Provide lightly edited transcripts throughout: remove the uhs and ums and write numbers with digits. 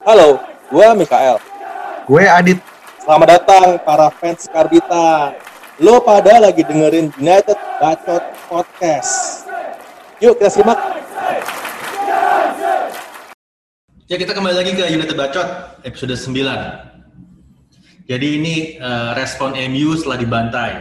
Halo, gue Mikael. Gue Adit. Selamat datang para fans Karbita. Lo pada lagi dengerin United Bacot Podcast. Yuk kita simak. Ya, kita kembali lagi ke United Bacot episode 9. Jadi ini respon MU setelah dibantai.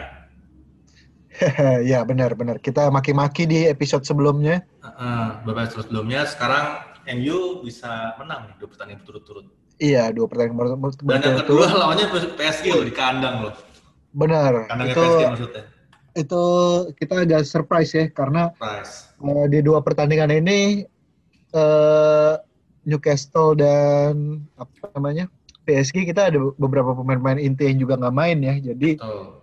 Ya benar. Kita maki-maki di episode sebelumnya. Beberapa episode sebelumnya. Sekarang MU bisa menang nih 2 pertandingan berturut-turut. Iya, 2 pertandingan berturut-turut. Dan yang kedua lawannya PSG loh, di kandang loh. Benar. Kandangnya itu PSG maksudnya. Itu kita agak surprise ya karena di 2 pertandingan ini Newcastle dan PSG kita ada beberapa pemain-pemain inti yang juga nggak main ya. Jadi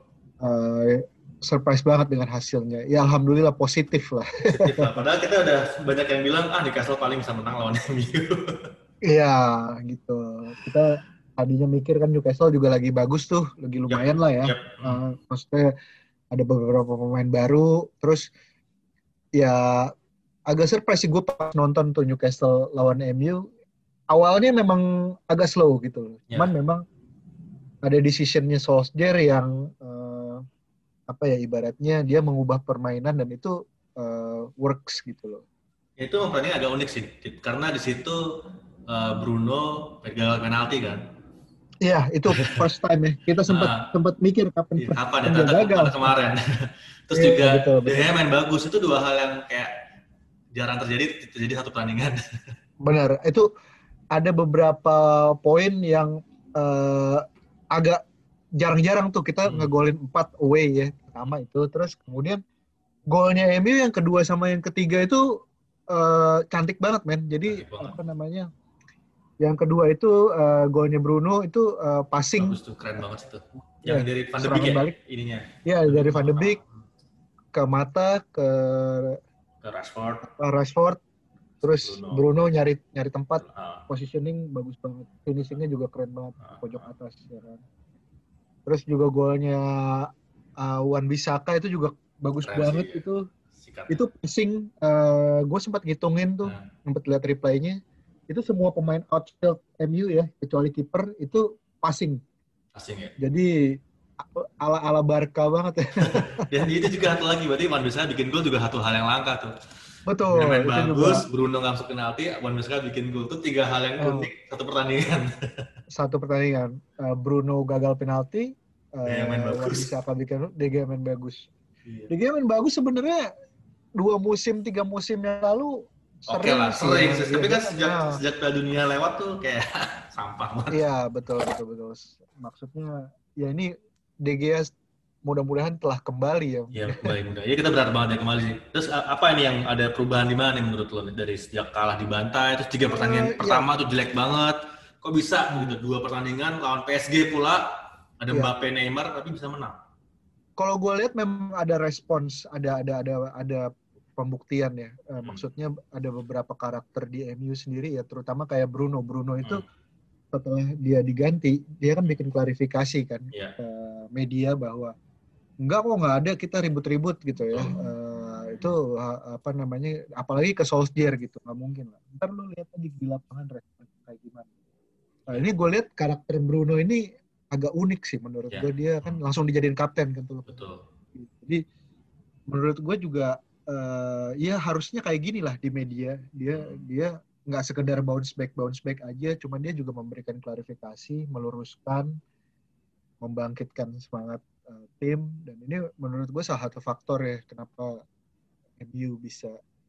surprise banget dengan hasilnya. Ya alhamdulillah positif lah. Padahal kita udah banyak yang bilang Newcastle paling bisa menang lawan MU. Iya gitu. Kita tadinya mikir kan Newcastle juga lagi bagus tuh, lagi lumayan lah ya. Maksudnya ada beberapa pemain baru, terus ya agak surprise sih gue pas nonton tuh Newcastle lawan MU. Awalnya memang agak slow gitu loh. Cuman memang ada decision-nya Solskjaer yang ibaratnya dia mengubah permainan dan itu works gitu loh. Itu pertandingan agak unik sih, karena di situ Bruno gagal penalti kan. Iya, itu first time ya. Kita sempat mikir kapan dia gagal kemarin. Terus juga dia main bagus. Itu 2 hal yang kayak jarang terjadi satu pertandingan. Benar. Itu ada beberapa poin yang agak jarang-jarang tuh kita ngegolin 4 away ya. Pertama itu. Terus kemudian golnya MU yang kedua sama yang ketiga itu cantik banget men. Jadi yang kedua itu golnya Bruno itu passing. Bagus tuh, keren banget itu. Yang dari Van de Beek ya balik. Ininya. Iya, dari Van de Beek ke Mata ke Rashford. Terus Bruno nyari tempat, positioning bagus banget. Finishingnya juga keren banget, pojok atas ya kan. Terus juga golnya Wan-Bissaka itu juga bagus banget sih, itu. Itu passing, gue sempat ngitungin tuh, sempat lihat replaynya. Itu semua pemain outfield MU ya, kecuali kiper itu passing ya. Jadi ala Barca banget ya. Dan itu juga satu lagi, berarti Wan-Bissaka bikin gol juga satu hal yang langka tuh. Betul. Dia main bagus, Bruno nggak masuk penalti, Wan-Bissaka bikin gol. Itu 3 hal yang unik satu pertandingan. Bruno gagal penalti, Wan-Bissaka bikin, De Gea main bagus. Iya. De Gea main bagus sebenarnya 3 musim yang lalu. Sering. Tapi kan sejak Piala Dunia lewat tuh kayak sampah banget. Iya, betul. Maksudnya ya ini De Gea mudah-mudahan telah kembali ya. Iya, kembali. Ya kita berharap banget ya kembali sih. Terus apa ini yang ada perubahan di mana nih menurut lo dari sejak kalah dibantai, terus 3 pertandingan pertama tuh jelek banget. Kok bisa gitu 2 pertandingan lawan PSG pula ada Mbappe, Neymar tapi bisa menang? Kalau gue lihat memang ada respons, ada pembuktian ya. Maksudnya ada beberapa karakter di MU sendiri ya, terutama kayak Bruno itu setelah dia diganti, dia kan bikin klarifikasi kan ke media bahwa nggak ada kita ribut-ribut gitu ya. Itu apalagi ke Solskjaer gitu, nggak mungkin lah. Ntar lu lihat aja di lapangan respon kayak gimana. Nah, ini gue lihat karakter Bruno ini agak unik sih menurut gue. Dia kan langsung dijadiin kapten kan tuh. Betul. Jadi menurut gue juga ya harusnya kayak gini lah di media. Dia nggak sekedar bounce back aja, cuman dia juga memberikan klarifikasi, meluruskan, membangkitkan semangat tim. Dan ini menurut gue salah satu faktor ya kenapa MU bisa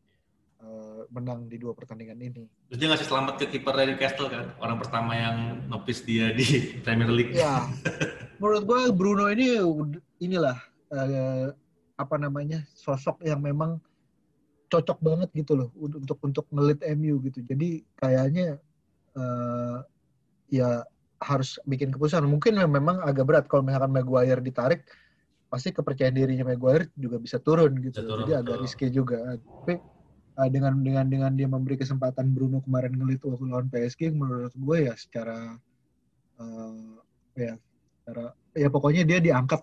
menang di 2 pertandingan ini. Terus dia ngasih selamat ke kiper dari Newcastle kan, orang pertama yang nopis dia di Premier League. Ya, menurut gue Bruno ini inilah sosok yang memang cocok banget gitu loh untuk ngelit MU gitu. Jadi kayaknya ya harus bikin keputusan. Mungkin memang agak berat kalau misalkan Maguire ditarik, pasti kepercayaan dirinya Maguire juga bisa turun gitu. Jadi agak risky juga. Tapi dengan dia memberi kesempatan Bruno kemarin ngelit waktu lawan PSG, menurut gue ya secara pokoknya dia diangkat lah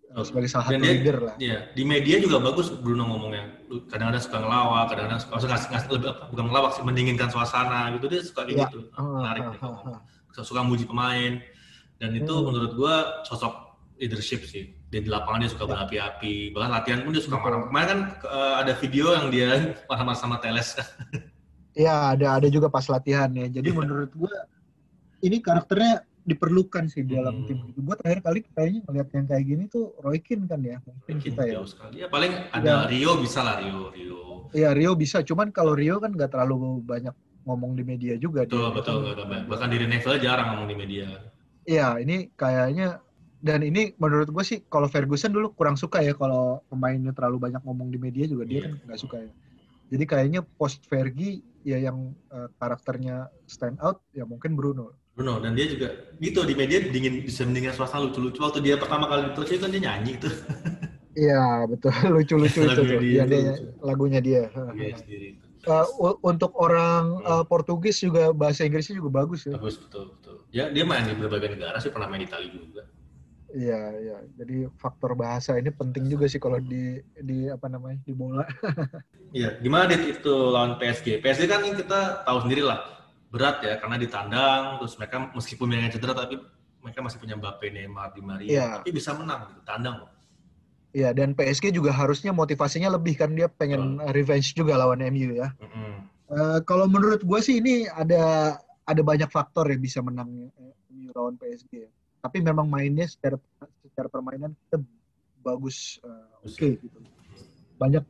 sebagai salah Dan satu leader lah. Iya, di media juga bagus Bruno ngomongnya. Kadang-kadang suka ngelawak, kadang-kadang suka ngasih lebih bukan ngelawak sih, mendinginkan suasana gitu, dia suka kayak gitu. Menarik nih kalau ngomong. Suka muji pemain. Dan itu menurut gua sosok leadership sih. Di lapangan dia suka berapi-api, bahkan latihan pun dia suka marah. Kemarin kan ada video yang dia marah-marah sama Teles. Iya, ada juga pas latihan ya. Jadi menurut gua ini karakternya diperlukan sih dalam tim gitu. Gue terakhir kali kayaknya ngeliat yang kayak gini tuh Roy Keane kan ya, mungkin kita ya. Ya paling ada Rio bisa lah Rio. Iya Rio bisa, cuman kalau Rio kan nggak terlalu banyak ngomong di media juga. Betul. Bahkan diri Neville jarang ngomong di media. Iya, ini kayaknya dan ini menurut gue sih kalau Ferguson dulu kurang suka ya kalau pemainnya terlalu banyak ngomong di media juga dia kan nggak suka ya. Jadi kayaknya post Fergie ya yang karakternya stand out ya mungkin Bruno, dan dia juga gitu di media bisa mendingan suasana lucu-lucu. Waktu dia pertama kali di kan dia nyanyi tuh. Iya betul, lucu-lucu itu tuh. Lagunya dia. Sendiri. Untuk orang Portugis juga bahasa Inggrisnya juga bagus ya. Bagus betul. Ya dia main di berbagai negara sih, pernah main di Italia juga. Iya. Jadi faktor bahasa ini penting juga sih kalau di bola. Iya, gimana itu lawan PSG? PSG kan kita tahu sendiri lah. Berat ya karena ditandang, terus mereka meskipun mereka cedera tapi mereka masih punya Mbappe, Neymar, Di Maria, tapi bisa menang gitu, tandang loh. Iya, dan PSG juga harusnya motivasinya lebih kan, dia pengen revenge juga lawan MU ya. Kalau menurut gue sih ini ada banyak faktor yang bisa menang MU lawan PSG ya. Tapi memang mainnya secara permainan kita bagus, oke gitu. Banyak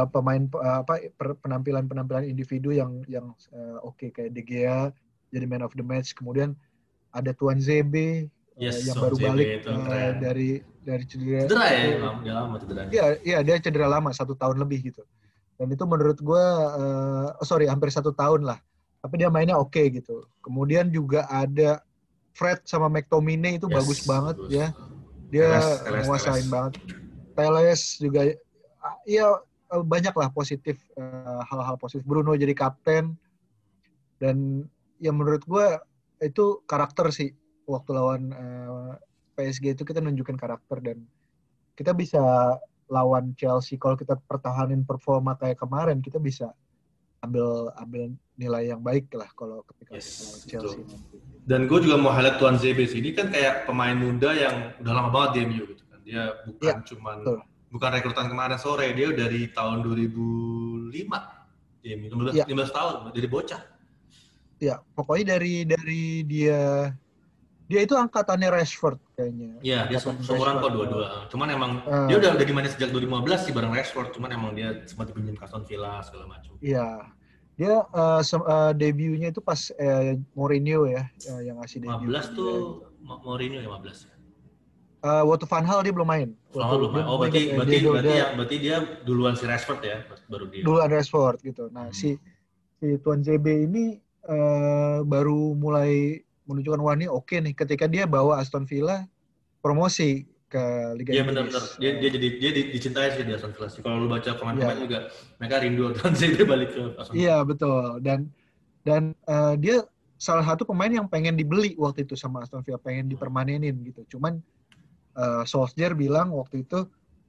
penampilan individu yang oke, kayak De Gea jadi man of the match. Kemudian ada Tuan Zebe yang baru balik dari cedera. Cedera ya, dia lama cedera. Iya, dia cedera lama 1 tahun lebih gitu. Dan itu menurut gue hampir 1 tahun lah. Tapi dia mainnya oke gitu. Kemudian juga ada Fred sama McTominay itu bagus banget ya. Dia menguasain banget. Teles juga ya banyak lah positif, hal-hal positif. Bruno jadi kapten, dan ya menurut gue itu karakter sih. Waktu lawan PSG itu kita nunjukin karakter, dan kita bisa lawan Chelsea kalau kita pertahanin performa kayak kemarin, kita bisa ambil nilai yang baik lah kalau ketika kita lawan Chelsea nanti. Dan gue juga mau highlight Tuan Zebe sih. Ini kan kayak pemain muda yang udah lama banget di MU gitu kan. Dia bukan rekrutan kemarin sore, dia dari tahun 2005. Dia 15 tahun, dari bocah. Ya, pokoknya dari dia itu angkatannya Rashford kayaknya. Iya, dia seumuran kok dua-dua. Cuman emang dia udah dimainin sejak 2015 sih bareng Rashford, cuman emang dia sempat dipinjam ke Aston Villa segala macam. Iya. Dia debutnya itu pas Mourinho ya, yang ngasih debut. 15 tuh Mourinho 15 ya. Waktu Van Gaal dia belum main. Berarti dia duluan si Rashford ya, baru dia. Duluan Rashford gitu. Nah, si Tuan ZB ini baru mulai menunjukkan warna oke nih ketika dia bawa Aston Villa promosi ke Liga Inggris. Iya benar. Dia dicintai sih di Aston Villa. Kalau lu baca pemain-pemain juga mereka rindu Tuan ZB balik ke Aston Villa. Iya, betul. Dan dia salah satu pemain yang pengen dibeli waktu itu sama Aston Villa, pengen dipermanenin gitu. Cuman Solskjaer bilang waktu itu,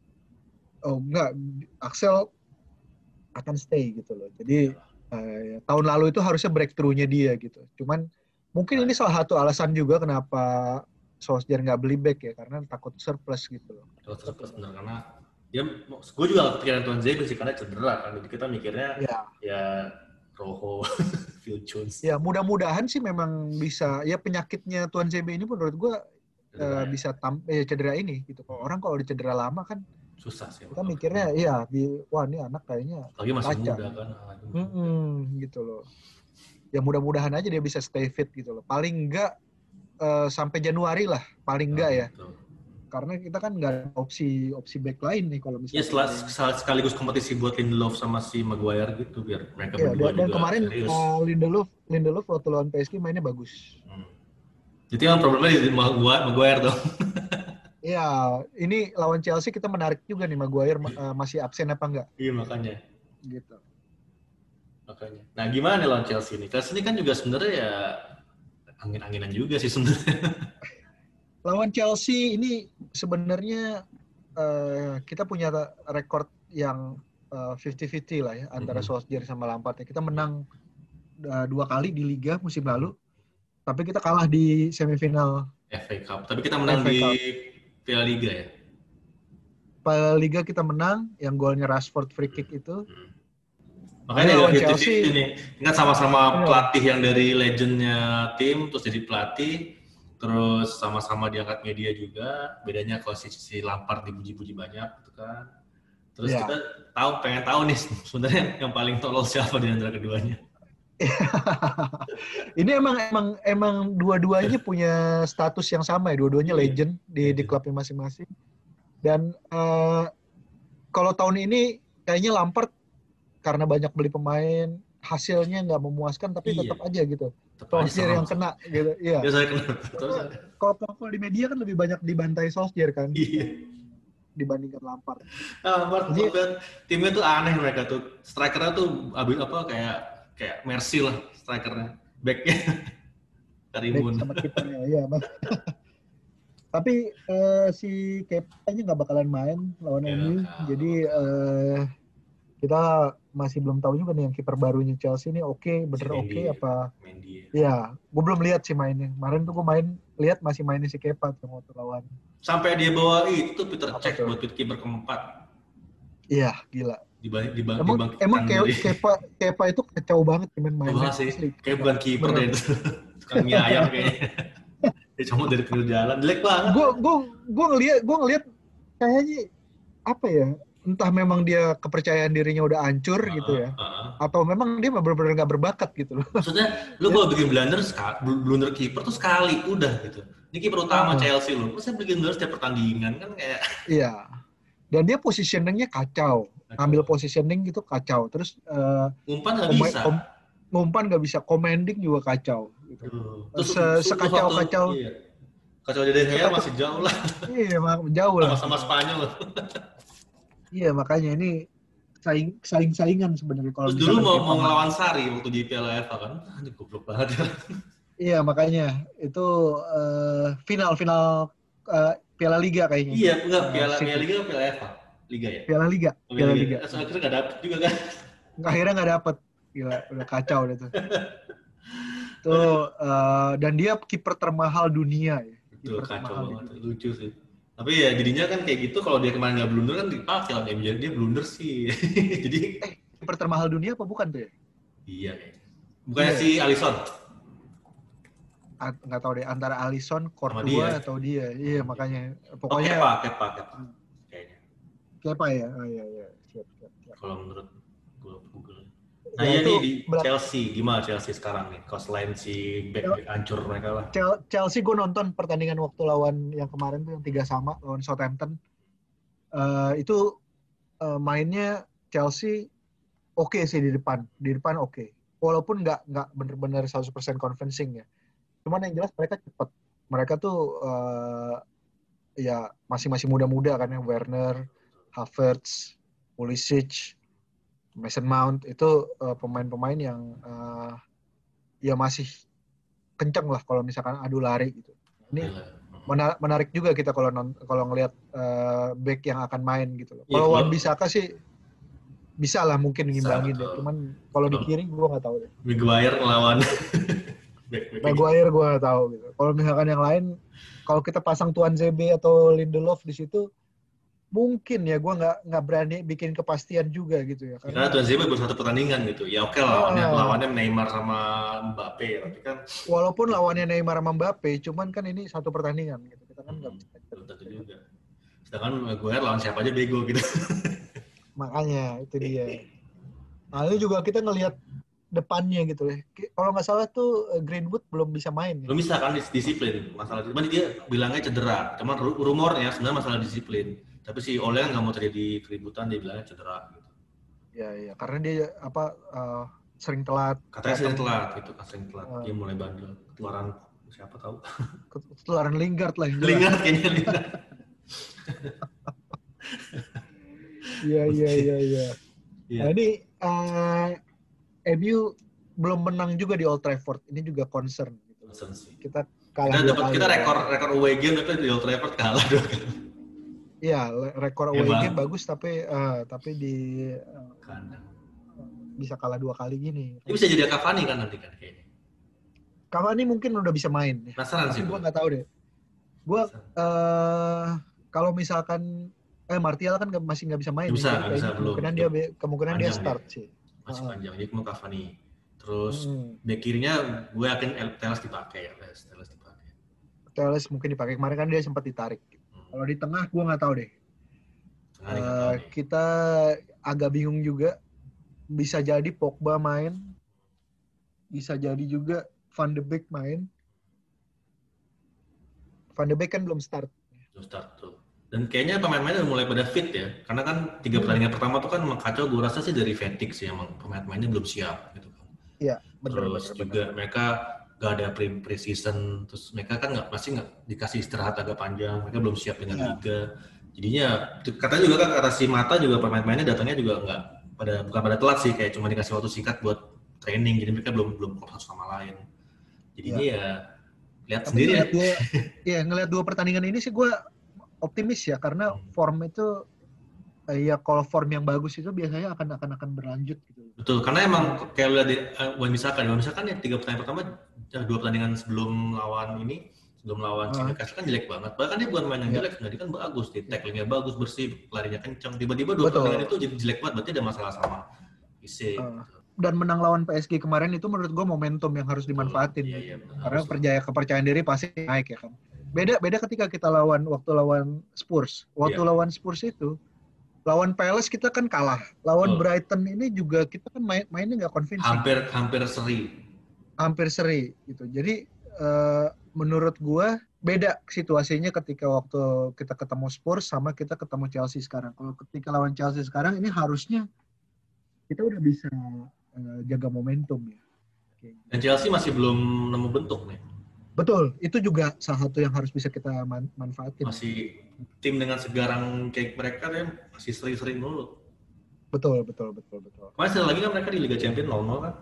Axel akan stay gitu loh. Jadi tahun lalu itu harusnya breakthrough-nya dia gitu. Cuman mungkin ini salah satu alasan juga kenapa Solskjaer nggak beli back ya, karena takut surplus gitu loh. Takut surplus benar, karena gue juga kepikiran Tuan Zebe sih karena cedera kan. Jadi kita mikirnya ya Rojo, Phil Jones. Ya mudah-mudahan sih memang bisa. Ya penyakitnya Tuan Zebe ini menurut gue bisa cedera ini gitu. Orang kalau cedera lama kan susah sih. Kita mikirnya wah ini anak kayaknya lagi masih muda kan. Gitu loh. Ya mudah-mudahan aja dia bisa stay fit gitu loh. Paling enggak sampai Januari lah, paling enggak ya. Betul. Karena kita kan nggak ada opsi back lain nih kalau misalnya. Ya sekaligus kompetisi buat Lindelof sama si Maguire gitu biar mereka berdua juga. Dan kemarin Lindelof waktu lawan PSG mainnya bagus. Jadi yang problemnya di Maguire dong. Iya, ini lawan Chelsea kita menarik juga nih, Maguire masih absen apa enggak? Iya makanya. Gitu. Makanya. Nah gimana nih lawan Chelsea ini? Chelsea ini kan juga sebenarnya ya angin-anginan juga sih sebenarnya. Lawan Chelsea ini sebenarnya kita punya rekor yang 50-50 lah ya antara Solskjaer sama Lampard. Kita menang 2 kali di Liga musim lalu, tapi kita kalah di semifinal FA Cup. Tapi kita menang FA di Cup. Piala Liga ya. Piala Liga kita menang, yang golnya Rashford free kick itu. Makanya lawan dari Chelsea ini ingat sama-sama pelatih yang dari legendnya tim terus jadi pelatih, terus sama-sama diangkat media juga. Bedanya kalau si Lampard dipuji-puji banyak gitu kan. Terus kita pengen tahu nih sebenarnya yang paling tolol siapa di antara keduanya. Ini emang dua-duanya punya status yang sama ya, dua-duanya legend di klubnya masing-masing. Dan kalau tahun ini kayaknya Lampard karena banyak beli pemain, hasilnya nggak memuaskan, tapi tetap aja gitu. Solskjaer yang kena gitu. Iya. Ya, saya kena. Kalau di media kan lebih banyak dibantai Solskjaer kan. Iya. Dibandingkan Lampard. Lampard timnya tuh aneh mereka tuh. Strikernya tuh kayak Mercy lah strikernya. Backnya Karimun. Back sama kipernya, iya. Tapi si Kepa-nya nggak bakalan main lawan MU. Jadi kita masih belum tahu juga nih yang kiper barunya Chelsea ini bener oke apa? Iya, gue belum lihat sih mainnya. Kemarin tuh gue lihat masih mainnya si Kepa tuh waktu lawan. Sampai dia bawa itu Peter Cech buat kiper keempat. Iya, gila. Emang Kepa itu kacau banget mainnya. Kayak bukan kiper deh itu. Suka mie ayam kayaknya. Dia cuma dari pinggir jalan, jelek banget. Gue ngeliat kayaknya apa ya? Entah memang dia kepercayaan dirinya udah hancur gitu ya, atau memang dia benar-benar nggak berbakat gitu loh. Maksudnya, lu kalau bikin blunder kiper tuh sekali udah gitu. Ini kiper utama Chelsea lu, masa bikin blunder setiap pertandingan kan kayak. Iya. Dan dia positioningnya kacau, ambil positioning gitu kacau. Terus umpan nggak bisa. Umpan nggak bisa, commanding juga kacau. Gitu. Sekacau-kacau. Iya. Kacau De Gea masih jauh lah. Iya, jauh lah. Sama Spanyol. Iya, makanya ini saingan sebenarnya kalau dulu mau ngelawan Sarri waktu di Piala FA kan. Aduh, goblok banget. Iya, makanya itu final Piala Liga kayaknya. Iya, enggak Piala Liga atau Piala FA? Liga ya? Piala Liga. Piala Liga. Akhirnya nggak dapet juga kan? Akhirnya nggak dapet. Gila, udah kacau deh tuh. Tuh, dan dia kiper termahal dunia ya. Betul, kacau banget. Lucu sih. Tapi ya jadinya kan kayak gitu, kalau dia kemarin nggak blunder kan dipakai lah, dia blunder sih. Jadi kiper termahal dunia apa bukan tuh ya? Iya kayaknya. Bukannya si Alisson? Nggak tahu deh, antara Alisson, Courtois atau dia. Iya, makanya. Pokoknya Kepa. Kayaknya. Kepa ya? Oh iya. Siap. Kalau menurut Google. Nah ya nih di Chelsea, gimana Chelsea sekarang nih? Kalau selain si back hancur mereka lah. Chelsea gue nonton pertandingan waktu lawan yang kemarin tuh yang 3-3 lawan Southampton. Itu mainnya Chelsea oke sih di depan oke. Walaupun nggak benar-benar 100% convincing ya. Cuman yang jelas mereka cepat. Mereka tuh ya masih muda-muda kan, yang Werner, Havertz, Pulisic, Mason Mount itu pemain-pemain yang ya masih kenceng lah kalau misalkan adu lari gitu. Ini menarik juga kita kalau ngelihat back yang akan main gitu loh. Kalau Wan-Bissaka sih bisa lah mungkin ngimbangin deh. Cuman kalau di kiri gue nggak tahu deh. Maguire ngelawan. Maguire gue nggak tahu gitu. Kalau misalkan yang lain, kalau kita pasang Tuan ZB atau Lindelof di situ, mungkin ya gue nggak berani bikin kepastian juga gitu ya. Karena Tuan ZB baru 1 pertandingan gitu. Ya oke lah, lawannya Neymar sama Mbappe, tapi kan. Walaupun lawannya Neymar sama Mbappe, cuman kan ini 1 pertandingan gitu. Kita kan nggak bisa. Tentu juga. Sedangkan Maguire lawan siapa aja bego gitu. Makanya itu dia. Nah ini juga kita ngelihat depannya gitu ya. Kalau nggak salah tuh Greenwood belum bisa main. Belum bisa kan disiplin masalah. Cuman dia bilangnya cedera. Cuman rumornya sebenarnya masalah disiplin. Tapi si Ole nggak mau terjadi keributan, dia bilangnya cedera. Gitu. Ya, karena dia sering telat. Katanya sering telat gitu, dia mulai bandel. Ketularan siapa tahu? Ketularan Lingard lah. Lingard kayaknya Lingard. Iya. Nah, ini MU belum menang juga di Old Trafford. Ini juga concern. Gitu. Kita kalah. Kita rekor away game tapi di Old Trafford kalah 2 kali. Iya, rekor away game bagus tapi di bisa kalah 2 kali gini. Ini bisa jadi Cavani kan nanti kan kayaknya. Cavani mungkin udah bisa main. Penasaran tapi sih gue nggak tahu deh. Gue kalau misalkan Martial kan masih nggak bisa main. Bisa belum. Kemungkinan dia start sih. Masih panjang. Jadi mau Cavani. Terus back kirinya gue yakin Telles dipakai ya. Telles mungkin dipakai. Kemarin kan dia sempat ditarik. Kalau di tengah gue nggak tahu deh. Kita agak bingung juga. Bisa jadi Pogba main. Bisa jadi juga Van de Beek main. Van de Beek kan belum start. Belum start tuh. Dan kayaknya pemain-pemainnya udah mulai pada fit ya. Karena kan 3 pertandingan pertama tuh kan kacau. Gue rasa sih dari fatigue sih emang pemain-pemainnya belum siap gitu kan. Iya, Terus juga mereka gak ada pre-season. Terus mereka kan masih nggak dikasih istirahat agak panjang. Mereka belum siap dengan liga. Jadinya katanya juga kan kata si Mata juga pemain-pemainnya datangnya juga bukan pada telat sih, kayak cuma dikasih waktu singkat buat training, jadi mereka belum klop satu sama lain. Jadinya ya lihat sendiri ya. Ngelihat 2 pertandingan ini sih gue optimis ya, karena form itu kalau form yang bagus itu biasanya akan berlanjut gitu. Betul, karena emang kayak lihat di misalkan ya 3 pertandingan pertama, 2 pertandingan sebelum lawan Newcastle kan jelek banget. Bahkan dia bukan main yang jelek, dia kan bagus, tacklingnya bagus, bersih, larinya kencang. Tiba-tiba 2 pertandingan itu jadi jelek banget, berarti ada masalah sama fisik. Dan menang lawan PSG kemarin itu menurut gue momentum yang harus dimanfaatin. Iya, karena kepercayaan diri pasti naik ya kan. Beda ketika kita waktu lawan Spurs. Lawan Spurs itu, lawan Palace kita kan kalah. Lawan Brighton ini juga kita kan mainnya nggak convincing. Hampir seri gitu. Jadi menurut gue beda situasinya ketika waktu kita ketemu Spurs sama kita ketemu Chelsea sekarang. Kalau ketika lawan Chelsea sekarang ini harusnya kita udah bisa jaga momentum ya. Dan Chelsea masih belum nemu bentuk nih. Betul, itu juga salah satu yang harus bisa kita manfaatin. Masih tim dengan segarang kayak mereka ya masih seri-seri mulu. Betul. Masih lagi kan mereka di Liga Champions 0-0 kan?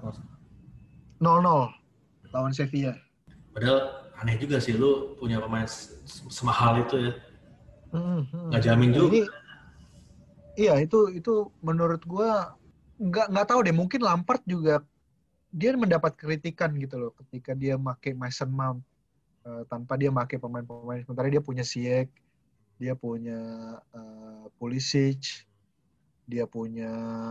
0-0 lawan Sevilla. Padahal aneh juga sih lu punya pemain semahal itu ya. Nggak jamin juga. Iya, itu menurut gua nggak tahu deh, mungkin Lampard juga dia mendapat kritikan gitu loh ketika dia pakai Mason Mount tanpa dia pakai pemain-pemain. Sementara dia punya Ziyech, dia punya Pulisic, dia punya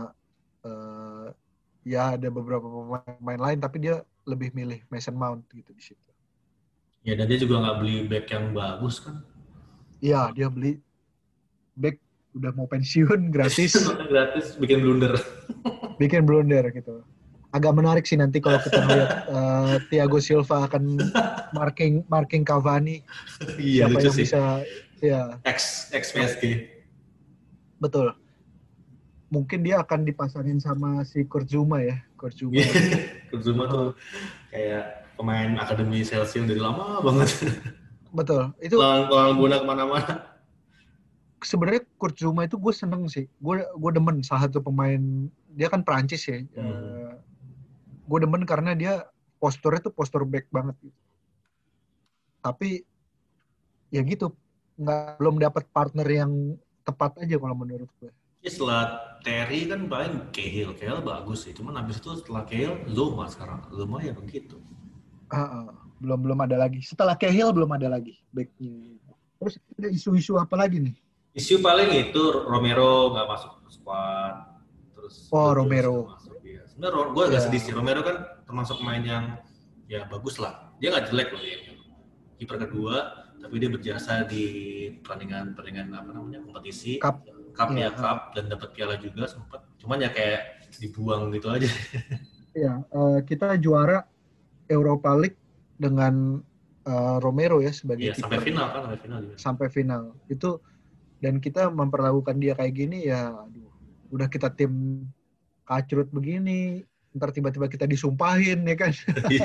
ada beberapa pemain lain, tapi dia lebih milih Mason Mount gitu di situ. Ya, dan dia juga nggak beli back yang bagus kan? Iya, dia beli back udah mau pensiun gratis. Gratis, bikin blunder gitu. Agak menarik sih nanti kalau kita lihat Thiago Silva akan marking Cavani. Iya, siapa lucu yang sih. Bisa ya. Ex PSG. Betul. Mungkin dia akan dipasarin sama si Kurtzuma ya. Kurtzuma tuh kayak pemain akademi Chelsea yang dari lama banget. Betul. Itu Lawan bola kemana-mana. Sebenarnya Kurtzuma itu gue seneng sih. Gue demen salah satu pemain, dia kan Prancis ya. Gue demen karena dia posturnya tuh postur back banget gitu. Tapi ya gitu, belum dapat partner yang tepat aja kalau menurut gue. Ya, setelah Terry kan paling Cahill bagus sih. Cuman habis itu setelah Cahill Zouma sekarang. Zouma ya begitu. Belum ada lagi. Setelah Cahill belum ada lagi backnya. Terus ada isu-isu apa lagi nih? Isu paling itu Romero nggak masuk squad. Terus Romero. Ya. Sebenarnya gue agak sedih sih. Romero kan termasuk pemain yang ya bagus lah. Dia nggak jelek loh dia. Kiper kedua, tapi dia berjasa di pertandingan kompetisi. Cup dan dapat piala juga sempat. Cuman ya kayak dibuang gitu aja. Iya, kita juara Europa League dengan Romero ya sebagai sampai final kan, sampai final. Itu dan kita memperlakukan dia kayak gini ya, udah kita tim kacrut begini, ntar tiba-tiba kita disumpahin ya kan.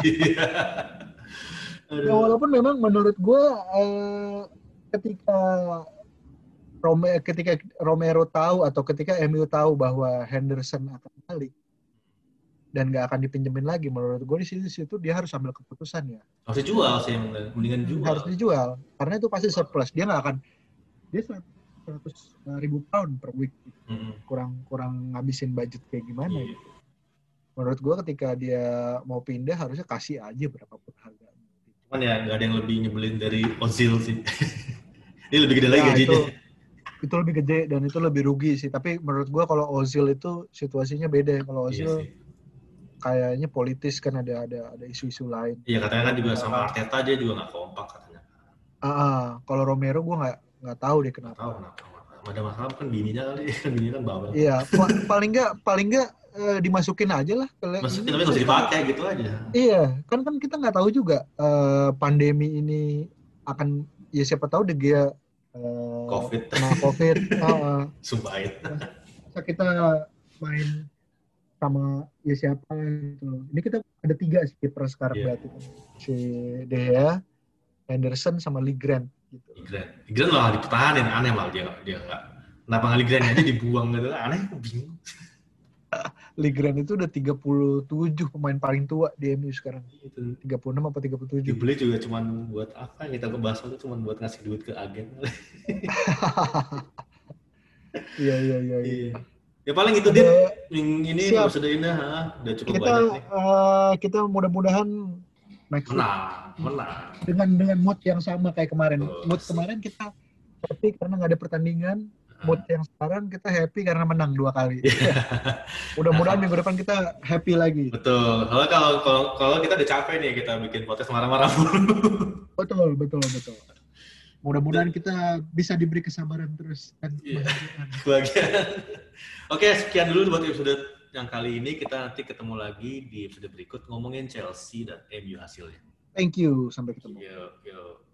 Ya, walaupun memang menurut gue ketika Romero tahu atau ketika MU tahu bahwa Henderson akan balik dan nggak akan dipinjemin lagi, menurut gue di situ dia harus ambil keputusan ya. Harus dijual sih, mendingan jual. Harus dijual karena itu pasti surplus. Dia nggak akan, dia 100.000 pound per week. Kurang ngabisin budget kayak gimana Iya. gitu. Menurut gue ketika dia mau pindah harusnya kasih aja berapapun harganya. Cuman ya nggak ada yang lebih nyebelin dari Ozil sih. Dia lebih gede lagi Ya, gajinya. itu lebih gede dan itu lebih rugi sih. Tapi menurut gue kalau Ozil itu situasinya beda. Kalau Iya Ozil sih. kayaknya politis kan ada isu-isu lain. Iya katanya kan juga sama Arteta dia juga nggak kompak katanya. Kalau Romero gue nggak tahu deh Nggak kenapa. tahu kenapa. Ada masalah kan bininya kali, kan bininya kan bawel. Iya, paling nggak dimasukin aja lah. Masukin tapi nggak usah dipakai gitu aja. Iya, kan kita nggak tahu juga pandemi ini akan ya siapa tahu De Gea kena COVID. Sumpahin. Bisa kita main sama ya siapa gitu. Ini kita ada 3 sih kiper sekarang berarti kan. Si De Gea, Henderson sama Lee Grant gitu. Lee Grant malah dipertahanin, aneh malah dia nggak. Kenapa nggak Lee Grant aja dibuang gitu? Aneh, bingung. Lee Grant itu udah 37 pemain paling tua di MU sekarang. Itu 36 apa 37. dibeli juga cuman buat apa? Kita ngebahas itu cuman buat ngasih duit ke agen. Iya. Ya paling itu dia ini episode ini udah cukup banyak nih. Kita mudah-mudahan menang. Dengan mood yang sama kayak kemarin. Mood kemarin kita happy karena nggak ada pertandingan. Mood yang sekarang kita happy karena menang 2 kali. Mudah-mudahan minggu depan kita happy lagi. Betul. Kalau kita udah capek nih kita bikin podcast marah-marah. Betul. Mudah-mudahan kita bisa diberi kesabaran terus dan kebahagiaan. Oke, sekian dulu buat episode yang kali ini. Kita nanti ketemu lagi di episode berikut ngomongin Chelsea dan MU hasilnya. Thank you, sampai ketemu. Yo.